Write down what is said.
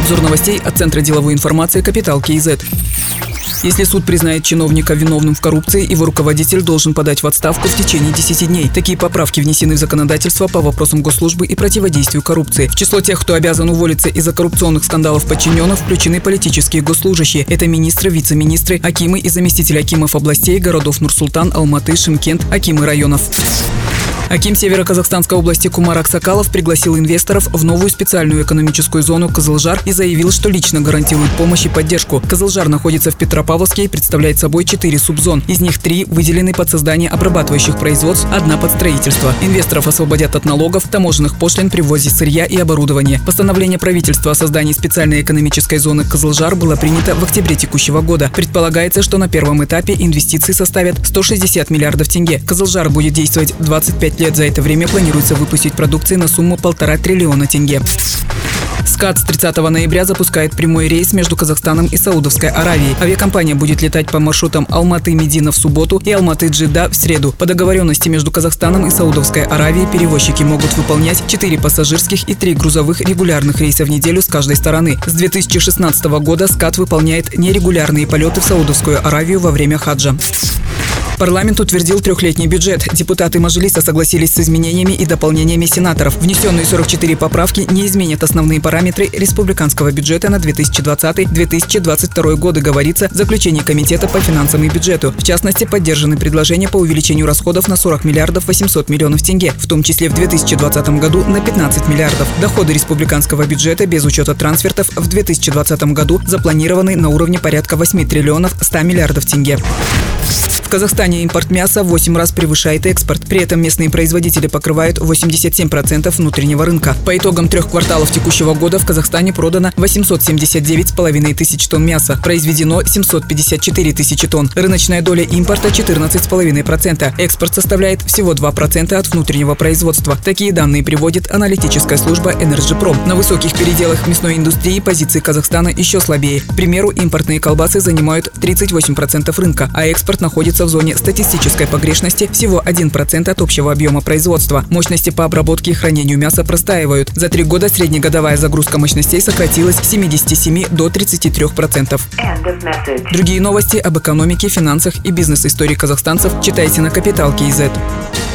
Обзор новостей от Центра деловой информации «Капитал КИЗ». Если суд признает чиновника виновным в коррупции, его руководитель должен подать в отставку в течение 10 дней. Такие поправки внесены в законодательство по вопросам госслужбы и противодействию коррупции. В число тех, кто обязан уволиться из-за коррупционных скандалов подчиненных, включены политические госслужащие. Это министры, вице-министры, акимы и заместители акимов областей, городов Нур-Султан, Алматы, Шымкент, акимы районов. Аким Северо-Казахстанской области Кумар Аксакалов пригласил инвесторов в новую специальную экономическую зону Кызылжар и заявил, что лично гарантирует помощь и поддержку. Кызылжар находится в Петропавловске и представляет собой 4 субзон. Из них 3 выделены под создание обрабатывающих производств, 1 под строительство. Инвесторов освободят от налогов, таможенных пошлин при ввозе сырья и оборудования. Постановление правительства о создании специальной экономической зоны Кызылжар было принято в октябре текущего года. Предполагается, что на первом этапе инвестиции составят 160 миллиардов тенге. Кызылжар будет действовать 25 лет. За это время планируется выпустить продукции на сумму 1,5 триллиона тенге. СКАТ с 30 ноября запускает прямой рейс между Казахстаном и Саудовской Аравией. Авиакомпания будет летать по маршрутам Алматы-Медина в субботу и Алматы-Джидда в среду. По договоренности между Казахстаном и Саудовской Аравией перевозчики могут выполнять 4 пассажирских и 3 грузовых регулярных рейса в неделю с каждой стороны. С 2016 года СКАТ выполняет нерегулярные полеты в Саудовскую Аравию во время хаджа. Парламент утвердил 3-летний бюджет. Депутаты Мажилиса согласились с изменениями и дополнениями сенаторов. Внесенные 44 поправки не изменят основные параметры республиканского бюджета на 2020-2022 годы, говорится в заключении Комитета по финансам и бюджету. В частности, поддержаны предложения по увеличению расходов на 40 миллиардов 800 миллионов тенге, в том числе в 2020 году на 15 миллиардов. Доходы республиканского бюджета без учета трансфертов в 2020 году запланированы на уровне порядка 8 триллионов 100 миллиардов тенге. В Казахстане импорт мяса в 8 раз превышает экспорт. При этом местные производители покрывают 87% внутреннего рынка. По итогам 3 кварталов текущего года в Казахстане продано 879,5 тысяч тонн мяса, произведено 754 тысячи тонн. Рыночная доля импорта 14,5%. Экспорт составляет всего 2% от внутреннего производства. Такие данные приводит аналитическая служба Энерджипром. На высоких переделах мясной индустрии позиции Казахстана еще слабее. К примеру, импортные колбасы занимают 38% рынка, а экспорт находится в зоне статистической погрешности всего 1% от общего объема производства. Мощности по обработке и хранению мяса простаивают. За 3 года среднегодовая загрузка мощностей сократилась с 77 до 33%. Другие новости об экономике, финансах и бизнес-истории казахстанцев читайте на Капитал КИЗ.